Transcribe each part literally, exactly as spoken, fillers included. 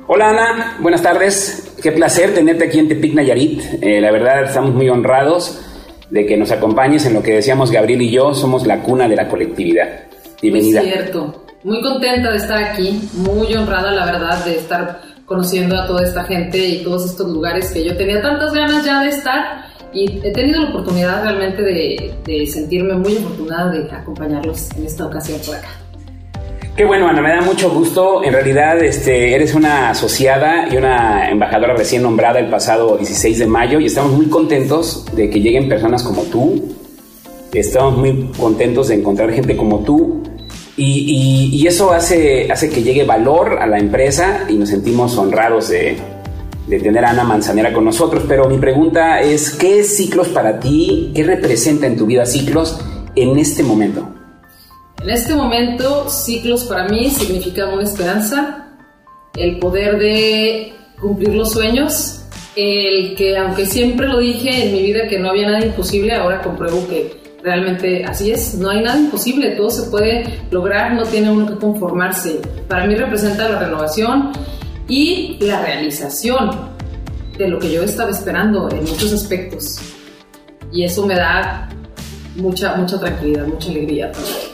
Hola Ana, buenas tardes. Qué placer tenerte aquí en Tepic, Nayarit. Eh, la verdad estamos muy honrados de que nos acompañes en lo que decíamos Gabriel y yo, somos la cuna de la colectividad. Bienvenida. Es cierto, muy contenta de estar aquí, muy honrada la verdad de estar conociendo a toda esta gente y todos estos lugares que yo tenía tantas ganas ya de estar y he tenido la oportunidad realmente de, de sentirme muy afortunada de acompañarlos en esta ocasión por acá. Qué bueno, Ana, me da mucho gusto. En realidad este, eres una asociada y una embajadora recién nombrada el pasado dieciséis de mayo y estamos muy contentos de que lleguen personas como tú. Estamos muy contentos de encontrar gente como tú y, y, y eso hace, hace que llegue valor a la empresa y nos sentimos honrados de, de tener a Ana Manzanera con nosotros. Pero mi pregunta es, ¿qué es Ciclos para ti? ¿Qué representa en tu vida Ciclos en este momento? En este momento, Ciclos para mí significa una esperanza, el poder de cumplir los sueños, el que aunque siempre lo dije en mi vida que no había nada imposible, ahora compruebo que realmente así es, no hay nada imposible, todo se puede lograr, no tiene uno que conformarse. Para mí representa la renovación y la realización de lo que yo estaba esperando en muchos aspectos y eso me da mucha, mucha tranquilidad, mucha alegría también.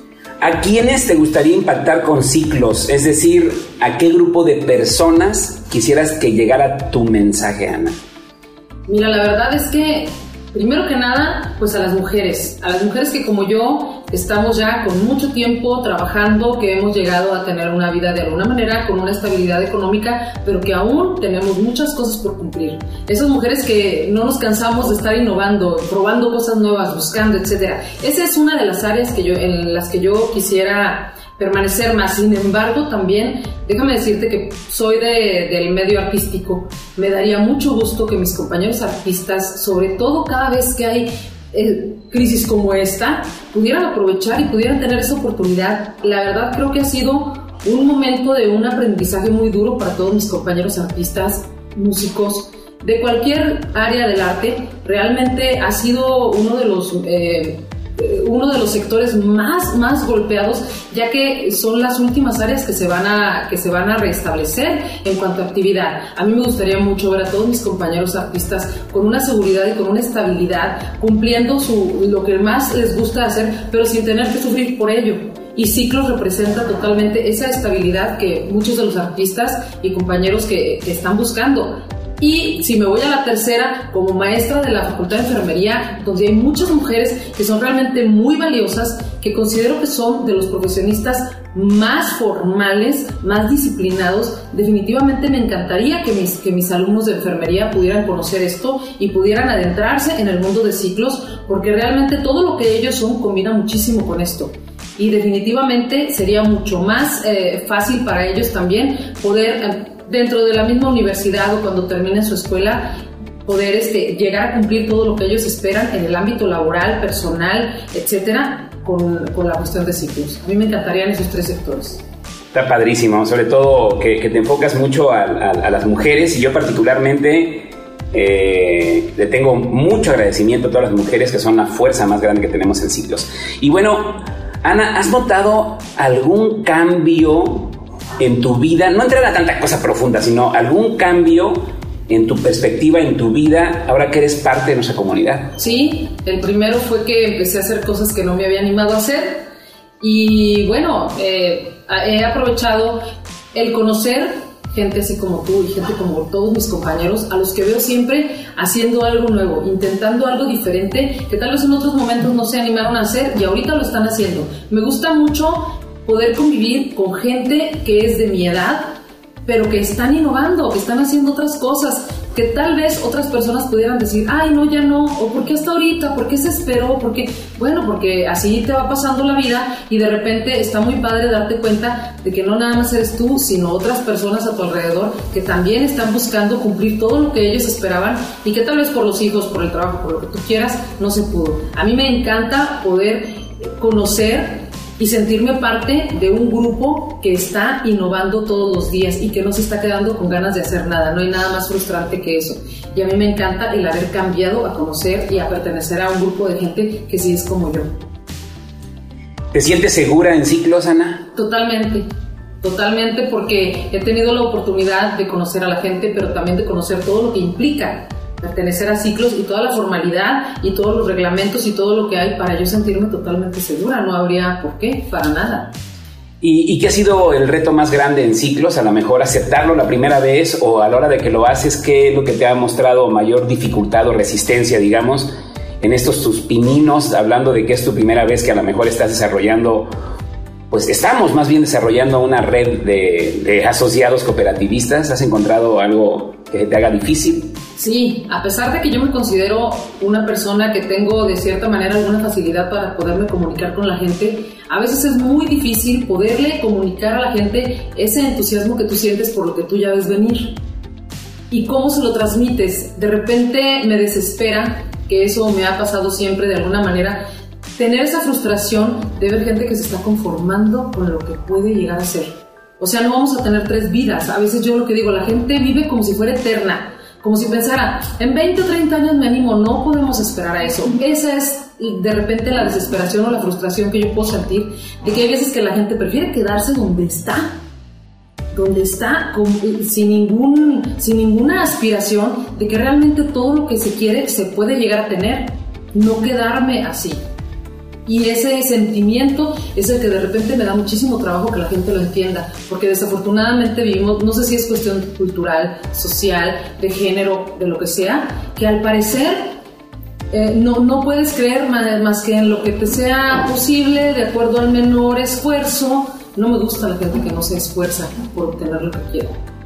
¿A quiénes te gustaría impactar con Ciclos? Es decir, ¿a qué grupo de personas quisieras que llegara tu mensaje, Ana? Mira, la verdad es que, primero que nada, pues a las mujeres. A las mujeres que como yo estamos ya con mucho tiempo trabajando, que hemos llegado a tener una vida de alguna manera con una estabilidad económica, pero que aún tenemos muchas cosas por cumplir. Esas mujeres que no nos cansamos de estar innovando, probando cosas nuevas, buscando, etcétera. Esa es una de las áreas que yo, en las que yo quisiera permanecer más. Sin embargo, también, déjame decirte que soy de, del medio artístico. Me daría mucho gusto que mis compañeros artistas, sobre todo cada vez que hay eh, crisis como esta, pudieran aprovechar y pudieran tener esa oportunidad. La verdad creo que ha sido un momento de un aprendizaje muy duro para todos mis compañeros artistas, músicos, de cualquier área del arte. Realmente ha sido uno de los... Eh, uno de los sectores más, más golpeados, ya que son las últimas áreas que se van a, que se van a restablecer en cuanto a actividad. A mí me gustaría mucho ver a todos mis compañeros artistas con una seguridad y con una estabilidad, cumpliendo su, lo que más les gusta hacer, pero sin tener que sufrir por ello. Y Ciclos representa totalmente esa estabilidad que muchos de los artistas y compañeros que, que están buscando. Y si me voy a la tercera, como maestra de la Facultad de Enfermería, donde hay muchas mujeres que son realmente muy valiosas, que considero que son de los profesionistas más formales, más disciplinados. Definitivamente me encantaría que mis, que mis alumnos de enfermería pudieran conocer esto y pudieran adentrarse en el mundo de Ciclos, porque realmente todo lo que ellos son combina muchísimo con esto. Y definitivamente sería mucho más eh, fácil para ellos también poder... Eh, dentro de la misma universidad o cuando terminen su escuela, poder este, llegar a cumplir todo lo que ellos esperan en el ámbito laboral, personal, etcétera, con, con la cuestión de Ciclos. A mí me encantarían esos tres sectores. Está padrísimo, sobre todo que, que te enfocas mucho a, a, a las mujeres y yo particularmente eh, le tengo mucho agradecimiento a todas las mujeres que son la fuerza más grande que tenemos en Ciclos. Y bueno, Ana, ¿has notado algún cambio en tu vida, no entrar a tanta cosa profunda, sino algún cambio en tu perspectiva, en tu vida, ahora que eres parte de nuestra comunidad? Sí, el primero fue que empecé a hacer cosas que no me había animado a hacer y bueno, eh, he aprovechado el conocer gente así como tú y gente como todos mis compañeros, a los que veo siempre haciendo algo nuevo, intentando algo diferente, que tal vez en otros momentos no se animaron a hacer y ahorita lo están haciendo. Me gusta mucho poder convivir con gente que es de mi edad, pero que están innovando, que están haciendo otras cosas, que tal vez otras personas pudieran decir, ay, no, ya no, o ¿por qué hasta ahorita? ¿Por qué se esperó? ¿Por qué? Bueno, porque así te va pasando la vida y de repente está muy padre darte cuenta de que no nada más eres tú, sino otras personas a tu alrededor que también están buscando cumplir todo lo que ellos esperaban y que tal vez por los hijos, por el trabajo, por lo que tú quieras, no se pudo. A mí me encanta poder conocer y sentirme parte de un grupo que está innovando todos los días y que no se está quedando con ganas de hacer nada. No hay nada más frustrante que eso. Y a mí me encanta el haber cambiado a conocer y a pertenecer a un grupo de gente que sí es como yo. ¿Te sientes segura en Ciclos, Ana? Totalmente. totalmente, porque he tenido la oportunidad de conocer a la gente, pero también de conocer todo lo que implica pertenecer a Ciclos y toda la formalidad y todos los reglamentos y todo lo que hay para yo sentirme totalmente segura. No habría por qué, para nada. ¿Y, y qué ha sido el reto más grande en Ciclos? A lo mejor aceptarlo la primera vez, o a la hora de que lo haces, ¿qué es lo que te ha mostrado mayor dificultad o resistencia, digamos, en estos tus pininos, hablando de que es tu primera vez que a lo mejor estás desarrollando, pues estamos más bien desarrollando una red de, de asociados cooperativistas? ¿Has encontrado algo que te haga difícil? Sí, a pesar de que yo me considero una persona que tengo de cierta manera alguna facilidad para poderme comunicar con la gente, a veces es muy difícil poderle comunicar a la gente ese entusiasmo que tú sientes por lo que tú ya ves venir. ¿Y cómo se lo transmites? De repente me desespera, que eso me ha pasado siempre de alguna manera, tener esa frustración de ver gente que se está conformando con lo que puede llegar a ser. O sea, no vamos a tener tres vidas. A veces yo lo que digo, la gente vive como si fuera eterna, como si pensara, en veinte o treinta años me animo. No podemos esperar a eso. Esa es de repente la desesperación o la frustración que yo puedo sentir, de que hay veces que la gente prefiere quedarse donde está, donde está, con, sin, ningún, sin ninguna aspiración de que realmente todo lo que se quiere se puede llegar a tener. No quedarme así. Y ese sentimiento es el que de repente me da muchísimo trabajo que la gente lo entienda, porque desafortunadamente vivimos, no sé si es cuestión cultural, social, de género, de lo que sea, que al parecer eh, no, no puedes creer más, más que en lo que te sea posible de acuerdo al menor esfuerzo. No me gusta la gente que no se esfuerza por obtener lo que quiere.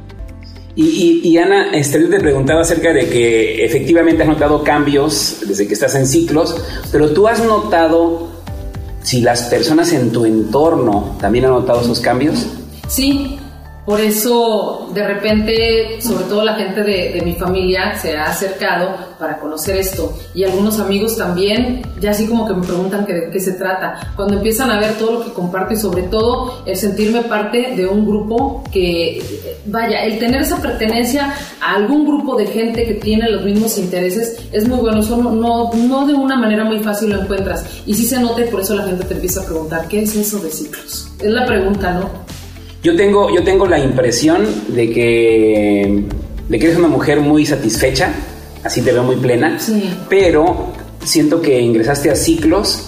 Y, y, y Ana, este, yo te preguntaba acerca de que efectivamente has notado cambios desde que estás en Ciclos, pero tú has notado si las personas en tu entorno también han notado esos cambios. Sí, por eso de repente, sobre todo la gente de, de mi familia se ha acercado para conocer esto, y algunos amigos también, ya así como que me preguntan que, de qué se trata, cuando empiezan a ver todo lo que comparto y sobre todo el sentirme parte de un grupo que, vaya, el tener esa pertenencia a algún grupo de gente que tiene los mismos intereses es muy bueno. Eso no, no, no de una manera muy fácil lo encuentras, y sí se nota, y por eso la gente te empieza a preguntar, ¿qué es eso de Ciclos? Es la pregunta, ¿no? Yo tengo, yo tengo la impresión de que, de que eres una mujer muy satisfecha, así te veo muy plena, sí. Pero siento que ingresaste a Ciclos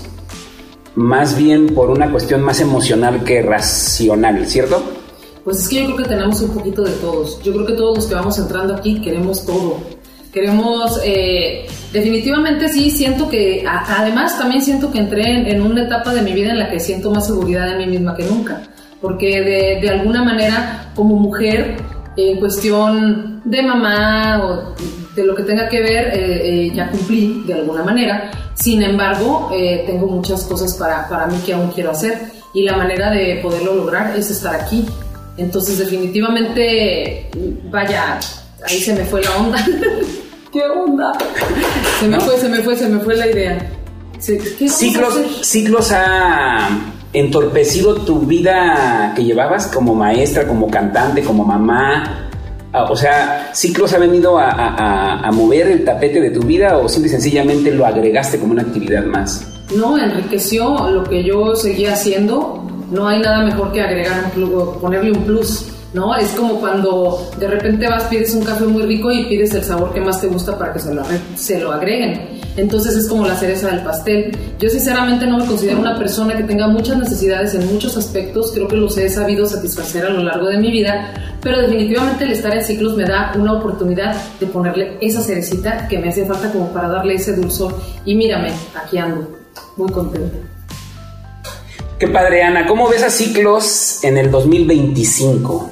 más bien por una cuestión más emocional que racional, ¿cierto? Pues es que yo creo que tenemos un poquito de todos. Yo creo que todos los que vamos entrando aquí queremos todo. Queremos, eh, definitivamente sí, siento que, a, además también siento que entré en, en una etapa de mi vida en la que siento más seguridad en mí misma que nunca. Porque de, de alguna manera, como mujer, en cuestión de mamá o de lo que tenga que ver, eh, eh, ya cumplí de alguna manera. Sin embargo, eh, tengo muchas cosas para, para mí que aún quiero hacer, y la manera de poderlo lograr es estar aquí. Entonces, definitivamente, vaya, ahí se me fue la onda. ¿Qué onda? Se me ¿No? fue, se me fue, se me fue la idea. ¿Qué Ciclos, Ciclos ha entorpecido tu vida que llevabas como maestra, como cantante, como mamá. O sea, ¿Ciclos ha venido a, a, a mover el tapete de tu vida, o simple y sencillamente lo agregaste como una actividad más? No, enriqueció lo que yo seguía haciendo. No hay nada mejor que agregar un plus, ponerle un plus, ¿no? Es como cuando de repente vas, pides un café muy rico y pides el sabor que más te gusta para que se lo, se lo agreguen. Entonces es como la cereza del pastel. Yo sinceramente no me considero una persona que tenga muchas necesidades en muchos aspectos. Creo que los he sabido satisfacer a lo largo de mi vida, pero definitivamente el estar en Ciclos me da una oportunidad de ponerle esa cerecita que me hace falta como para darle ese dulzor. Y mírame, aquí ando, muy contenta. Qué padre, Ana. ¿Cómo ves a Ciclos en el dos mil veinticinco?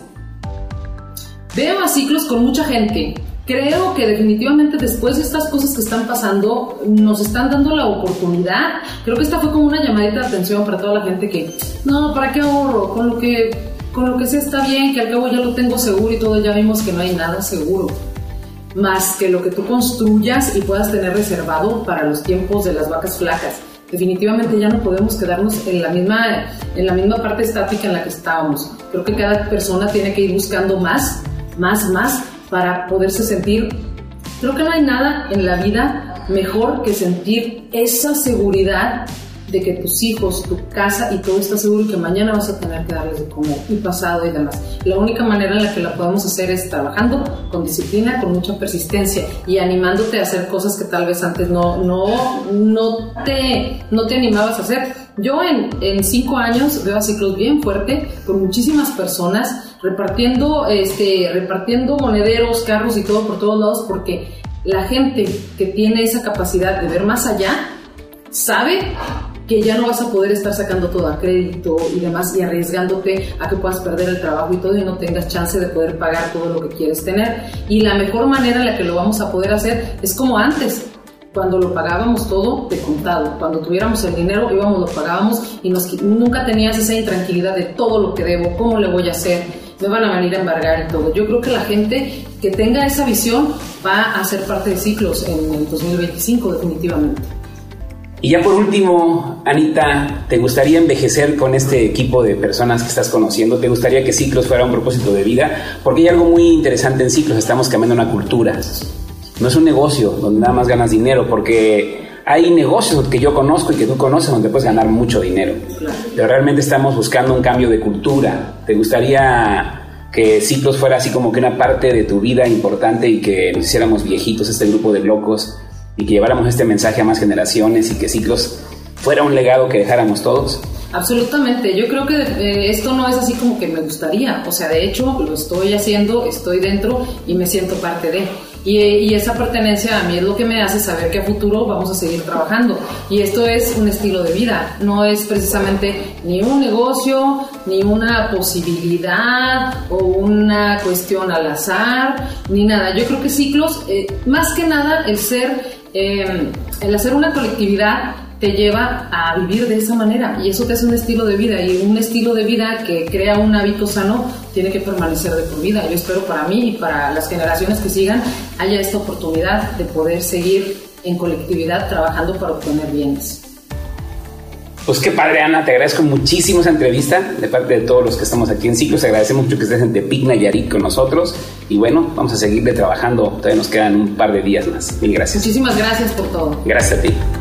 Veo a Ciclos con mucha gente. Creo que definitivamente después de estas cosas que están pasando, nos están dando la oportunidad. Creo que esta fue como una llamadita de atención para toda la gente que, no, ¿para qué ahorro? Con lo que, con lo que sé está bien, que al cabo ya lo tengo seguro y todo. Ya vimos que no hay nada seguro, más que lo que tú construyas y puedas tener reservado para los tiempos de las vacas flacas. Definitivamente ya no podemos quedarnos en la misma, en la misma parte estática en la que estábamos. Creo que cada persona tiene que ir buscando más, más, más, para poderse sentir. Creo que no hay nada en la vida mejor que sentir esa seguridad de que tus hijos, tu casa y todo está seguro y que mañana vas a tener que darles de comer y pasado y demás. La única manera en la que la podemos hacer es trabajando con disciplina, con mucha persistencia y animándote a hacer cosas que tal vez antes no, no, no, te, no te animabas a hacer. Yo en, en cinco años veo a Ciclos bien fuerte, con muchísimas personas, repartiendo, este, repartiendo monederos, carros y todo por todos lados, porque la gente que tiene esa capacidad de ver más allá sabe que ya no vas a poder estar sacando todo a crédito y demás y arriesgándote a que puedas perder el trabajo y todo y no tengas chance de poder pagar todo lo que quieres tener. Y la mejor manera en la que lo vamos a poder hacer es como antes, cuando lo pagábamos todo de contado. Cuando tuviéramos el dinero íbamos, lo pagábamos y nos, nunca tenías esa intranquilidad de todo lo que debo, cómo le voy a hacer, me van a venir a embargar y todo. Yo creo que la gente que tenga esa visión va a ser parte de Ciclos en el dos mil veinticinco definitivamente. Y ya por último, Anita, ¿te gustaría envejecer con este equipo de personas que estás conociendo? ¿Te gustaría que Ciclos fuera un propósito de vida? Porque hay algo muy interesante en Ciclos, estamos cambiando una cultura. No es un negocio donde nada más ganas dinero, porque hay negocios que yo conozco y que tú conoces donde puedes ganar mucho dinero. Pero realmente estamos buscando un cambio de cultura. ¿Te gustaría que Ciclos fuera así como que una parte de tu vida importante y que nos hiciéramos viejitos, este grupo de locos, y que lleváramos este mensaje a más generaciones y que Ciclos fuera un legado que dejáramos todos? Absolutamente, yo creo que eh, esto no es así como que me gustaría, o sea, de hecho lo estoy haciendo, estoy dentro y me siento parte de, y, y esa pertenencia a mí es lo que me hace saber que a futuro vamos a seguir trabajando, y esto es un estilo de vida, no es precisamente ni un negocio, ni una posibilidad o una cuestión al azar, ni nada. Yo creo que Ciclos, eh, más que nada el ser, eh, el hacer una colectividad te lleva a vivir de esa manera y eso te hace un estilo de vida, y un estilo de vida que crea un hábito sano tiene que permanecer de por vida. Yo espero para mí y para las generaciones que sigan haya esta oportunidad de poder seguir en colectividad trabajando para obtener bienes. Pues qué padre, Ana, te agradezco muchísimo esa entrevista de parte de todos los que estamos aquí en Ciclos. Agradecemos mucho que estés en Tepic, Nayarit con nosotros y bueno, vamos a seguirle trabajando, todavía nos quedan un par de días más. Mil gracias. Muchísimas gracias por todo. Gracias a ti.